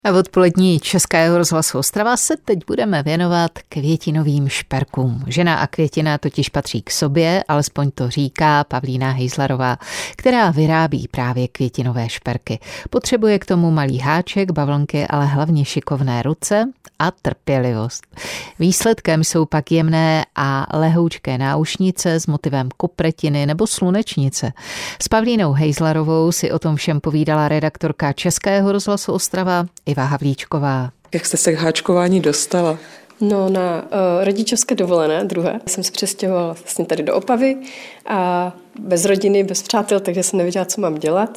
A v odpolední Českého rozhlasu Ostrava se teď budeme věnovat květinovým šperkům. Žena a květina totiž patří k sobě, alespoň to říká Pavlína Hejzlarová, která vyrábí právě květinové šperky. Potřebuje k tomu malý háček, bavlnky, ale hlavně šikovné ruce a trpělivost. Výsledkem jsou pak jemné a lehoučké náušnice s motivem kopretiny nebo slunečnice. S Pavlínou Hejzlarovou si o tom všem povídala redaktorka Českého rozhlasu Ostrava Iva Havlíčková. Jak jste se k háčkování dostala? No, na rodičovské dovolené, druhé, jsem se přestěhovala vlastně tady do Opavy a bez rodiny, bez přátel, takže jsem nevěděla, co mám dělat.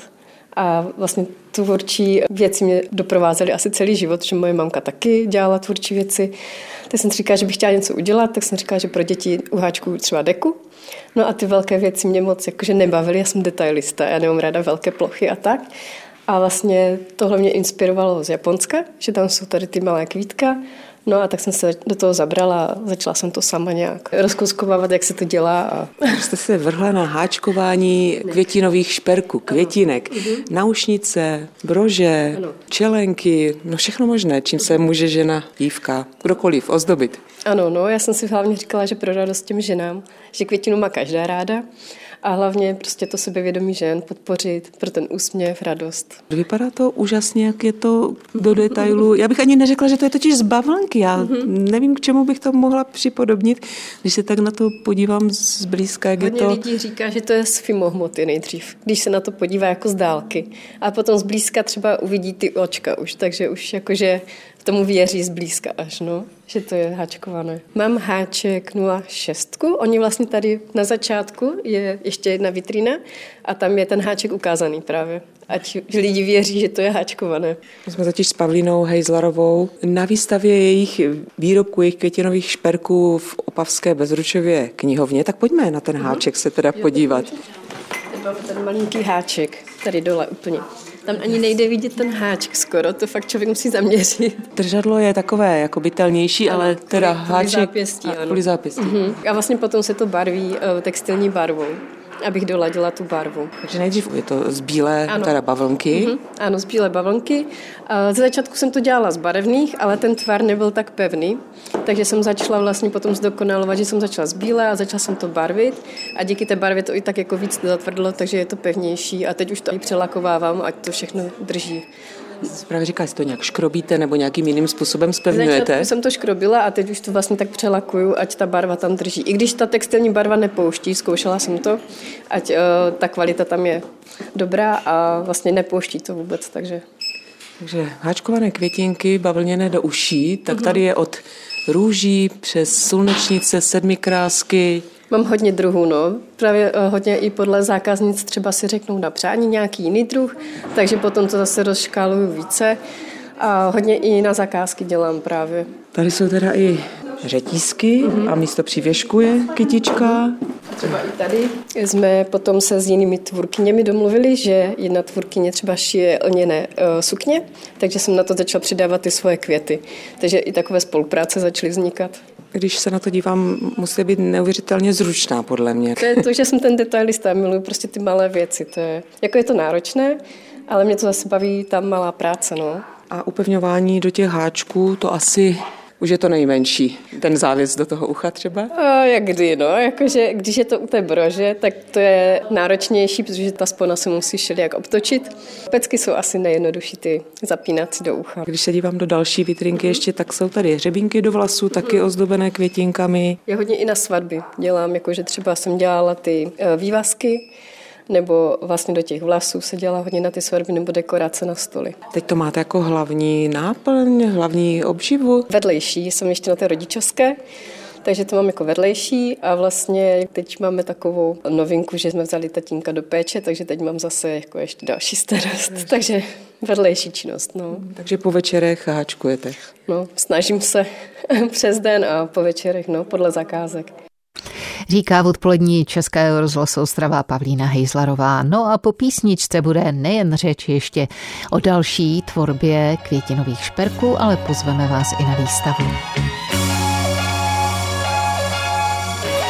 A vlastně tvůrčí věci mě doprovázely asi celý život, že moje mamka taky dělala tvůrčí věci. Tak jsem si říkala, že bych chtěla něco udělat, tak jsem říkala, že pro děti uháčkuju třeba deku. No a ty velké věci mě moc jakože nebavily, já jsem detailista, já nemám ráda velké plochy a tak. A vlastně tohle mě inspirovalo z Japonska, že tam jsou tady ty malé kvítka. No a tak jsem se do toho zabrala a začala jsem to sama nějak rozkouskovávat, jak se to dělá. A... Jste se vrhla na háčkování květinových šperků, květinek, náušnice, brože, čelenky, no všechno možné, čím se může žena, dívka, kdokoliv ozdobit. Ano, no, já jsem si hlavně říkala, že pro radost těm ženám, že květinu má každá ráda. A hlavně prostě to sebevědomí žen podpořit pro ten úsměv, radost. Vypadá to úžasně, jak je to do detailu. Já bych ani neřekla, že to je totiž z bavlnky. Já nevím, k čemu bych to mohla připodobnit, když se tak na to podívám zblízka, jak hodně je to. Hodně lidí říká, že to je z fimohmoty nejdřív, když se na to podívá jako z dálky. A potom zblízka třeba uvidí ty očka už, takže už jakože tomu věří zblízka až, no, že to je háčkované. Mám háček 06, oni vlastně tady na začátku je ještě jedna vitrína a tam je ten háček ukázaný právě. Ať lidi věří, že to je háčkované. My jsme totiž s Pavlínou Hejzlarovou na výstavě jejich výrobků, jejich květinových šperků v Opavské Bezručově knihovně, tak pojďme na ten háček se teda podívat. Ten malinký háček, tady dole úplně. Tam ani nejde vidět ten háček skoro, to fakt člověk musí zaměřit. Držadlo je takové jako bytelnější, ale teda háček kvůli zápěstí. A vlastně potom se to barví textilní barvou, abych doladila tu barvu. Takže nejdřív je to z bílé teda bavlnky. Ano, z bílé bavlnky. Ze začátku jsem to dělala z barevných, ale ten tvar nebyl tak pevný, takže jsem začala vlastně potom zdokonalovat, že jsem začala z bílé a začala jsem to barvit a díky té barvě to i tak jako víc zatvrdlo, takže je to pevnější a teď už to i přelakovávám, ať to všechno drží. Právě říkáš, to nějak škrobíte nebo nějakým jiným způsobem zpevňujete? Jsem to škrobila a teď už to vlastně tak přelakuju, ať ta barva tam drží. I když ta textilní barva nepouští, zkoušela jsem to, ať ta kvalita tam je dobrá a vlastně nepouští to vůbec, takže háčkované květinky bavlněné do uší, tak tady je od růží přes slunečnice, sedmikrásky. Mám hodně druhů, no. Právě hodně i podle zákaznic třeba si řeknou na přání nějaký jiný druh, takže potom to zase rozškáluju více a hodně i na zakázky dělám právě. Tady jsou teda i řetízky a místo přívěšku je kytička. Třeba i tady jsme potom se s jinými tvůrkyněmi domluvili, že jedna tvůrkyně třeba šije lněné sukně, takže jsem na to začala přidávat ty svoje květy. Takže i takové spolupráce začaly vznikat. Když se na to dívám, musí být neuvěřitelně zručná, podle mě. To je to, že jsem ten detailista, miluji prostě ty malé věci. Je to náročné, ale mě to zase baví ta malá práce, no. A upevňování do těch háčků, to asi už je to nejmenší. Ten závěs do toho ucha třeba? Jak kdy, no. Jakože, když je to u té brože, tak to je náročnější, protože ta spona se musí všelijak obtočit. Pecky jsou asi nejjednodušší ty zapínací do ucha. Když se dívám do další vitrinky ještě, tak jsou tady hřebínky do vlasů, taky ozdobené květinkami. Já hodně i na svatby dělám, jakože třeba jsem dělala ty vývazky, nebo vlastně do těch vlasů se dělá hodně na ty svatby nebo dekorace na stoly. Teď to máte jako hlavní náplň, hlavní obživu? Vedlejší, jsem ještě na té rodičovské, takže to mám jako vedlejší a vlastně teď máme takovou novinku, že jsme vzali tatínka do péče, takže teď mám zase jako ještě další starost, takže vedlejší činnost. No. Takže po večerech háčkujete? No, snažím se přes den a po večerech, no, podle zakázek. Říká v odpolední Českého rozhlasu Ostrava Pavlína Hejzlarová. No a po písničce bude nejen řeč ještě o další tvorbě květinových šperků, ale pozveme vás i na výstavu.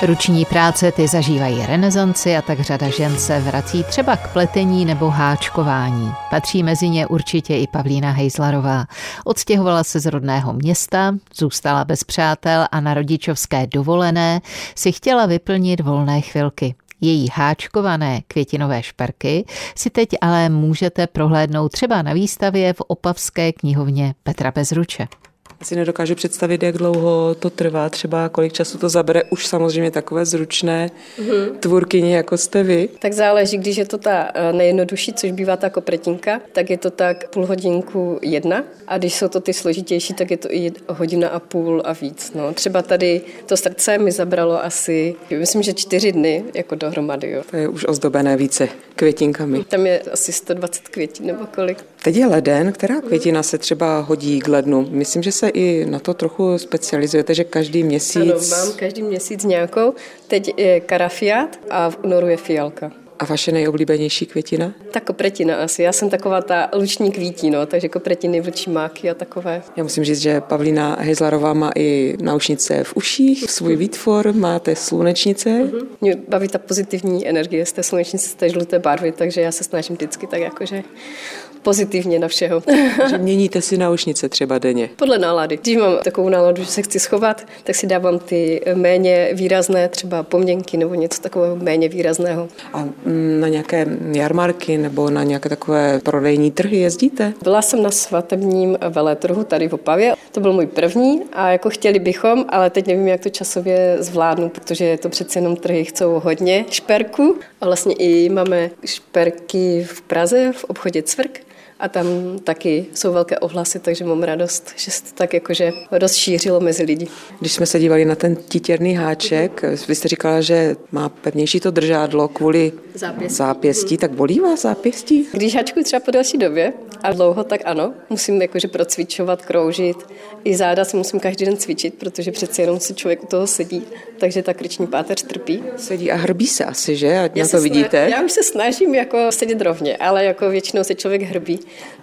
Ruční práce ty zažívají renesanci a tak řada žen se vrací třeba k pletení nebo háčkování. Patří mezi ně určitě i Pavlína Hejzlarová. Odstěhovala se z rodného města, zůstala bez přátel a na rodičovské dovolené si chtěla vyplnit volné chvilky. Její háčkované květinové šperky si teď ale můžete prohlédnout třeba na výstavě v opavské knihovně Petra Bezruče. Si nedokážu představit, jak dlouho to trvá, třeba kolik času to zabere už samozřejmě takové zručné tvůrkyně, jako jste vy. Tak záleží, když je to ta nejjednodušší, což bývá ta kopretinka, tak je to tak půl hodinku 1 a když jsou to ty složitější, tak je to i 1,5 hodiny a víc. No. Třeba tady to srdce mi zabralo asi, myslím, že 4 dny jako dohromady. Jo. To je už ozdobené více květinkami. Tam je asi 120 květin nebo kolik. Teď je leden, která květina se třeba hodí k lednu? Myslím, že se i na to trochu specializujete, že každý měsíc... Ano, mám každý měsíc nějakou. Teď je karafiát a v únoru je fialka. A vaše nejoblíbenější květina? Ta kopretina asi. Já jsem taková ta luční kvítí, no, takže kopretiny, vlčí máky a takové. Já musím říct, že Pavlína Hejzlarová má i náušnice v uších, svůj výtvor, máte slunečnice. Mě baví ta pozitivní energie z té slunečnice, z té žluté barvy, takže já se snažím vždycky tak jakože pozitivně na všeho. Že měníte si náušnice třeba denně? Podle nálady. Když mám takovou náladu, že se chci schovat, tak si dávám ty méně výrazné, třeba poměnky nebo něco takového méně výrazného. A na nějaké jarmarky nebo na nějaké takové prodejní trhy jezdíte? Byla jsem na svatebním veletrhu tady v Opavě. To byl můj první a jako chtěli bychom, ale teď nevím, jak to časově zvládnu, protože to přece jenom trhy chcou hodně šperků. A vlastně i máme šperky v Praze v obchodě Cvrk. A tam taky jsou velké ohlasy, takže mám radost, že se to tak jakože rozšířilo mezi lidi. Když jsme se dívali na ten titěrný háček, vy jste říkala, že má pevnější to držádlo kvůli zápěstí, tak bolí vás zápěstí? Když háčkuji třeba po delší době a dlouho, tak ano, musím jakože procvičovat, kroužit. I záda si musím každý den cvičit, protože přece jenom si člověk u toho sedí, takže ta krční páteř trpí. Sedí a hrbí se asi, že? Ať na to vidíte. Já už se snažím jako sedět rovně, ale jako většinou se člověk hrbí.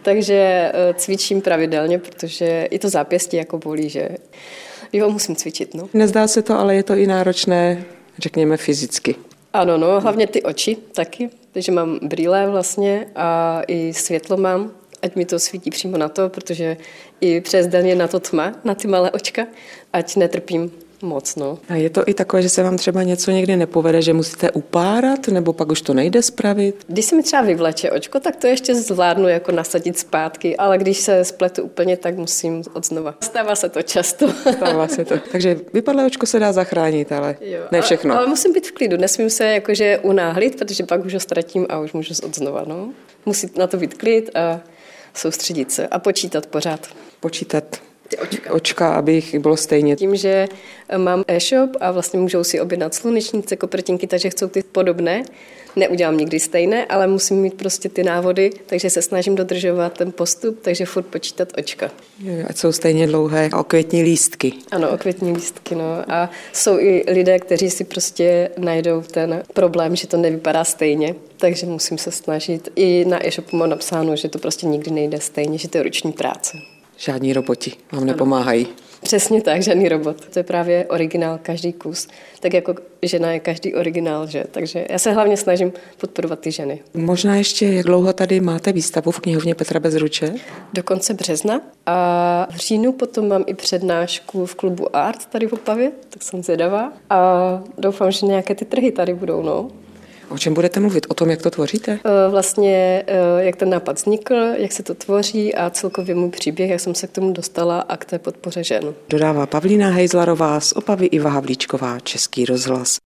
Takže cvičím pravidelně, protože i to zápěstí jako bolí, že jo, musím cvičit. No. Nezdá se to, ale je to i náročné, řekněme, fyzicky. Ano, no, hlavně ty oči taky, takže mám brýle vlastně a i světlo mám, ať mi to svítí přímo na to, protože i přes den je na to tma, na ty malé očka, ať netrpím moc, no. A je to i takové, že se vám třeba něco někdy nepovede, že musíte upárat, nebo pak už to nejde spravit? Když se mi třeba vyvleče očko, tak to ještě zvládnu jako nasadit zpátky, ale když se spletu úplně, tak musím odznova. Stává se to často. Stává se to. Takže vypadlé očko se dá zachránit, ale jo, ne všechno. Ale musím být v klidu, nesmím se jakože unáhlit, protože pak už ho ztratím a už můžu odznova, no. Musí na to být klid a soustředit se a počítat pořád. Počítat očka, aby jich bylo stejně. Tím, že mám e-shop a vlastně můžou si objednat slunečnice, kopretinky, takže chcou ty podobné. Neudělám nikdy stejné, ale musím mít prostě ty návody, takže se snažím dodržovat ten postup, takže furt počítat očka. Ať jsou stejně dlouhé a okvětní lístky. Ano, okvětní lístky, no. A jsou i lidé, kteří si prostě najdou ten problém, že to nevypadá stejně, takže musím se snažit. I na e-shopu mám napsáno, že to prostě nikdy nejde stejně, že to je ruční práce. Žádní roboti vám nepomáhají. Přesně tak, žádný robot. To je právě originál, každý kus. Tak jako žena je každý originál, že? Takže já se hlavně snažím podporovat ty ženy. Možná ještě, jak dlouho tady máte výstavu v knihovně Petra Bezruče? Do konce března. A v říjnu potom mám i přednášku v klubu Art tady v Opavě, tak jsem zvědavá. A doufám, že nějaké ty trhy tady budou, no. O čem budete mluvit? O tom, jak to tvoříte? Vlastně, jak ten nápad vznikl, jak se to tvoří a celkově můj příběh, jak jsem se k tomu dostala a k té podpoře žen. Dodává Pavlína Hejzlarová z Opavy, Iva Havlíčková, Český rozhlas.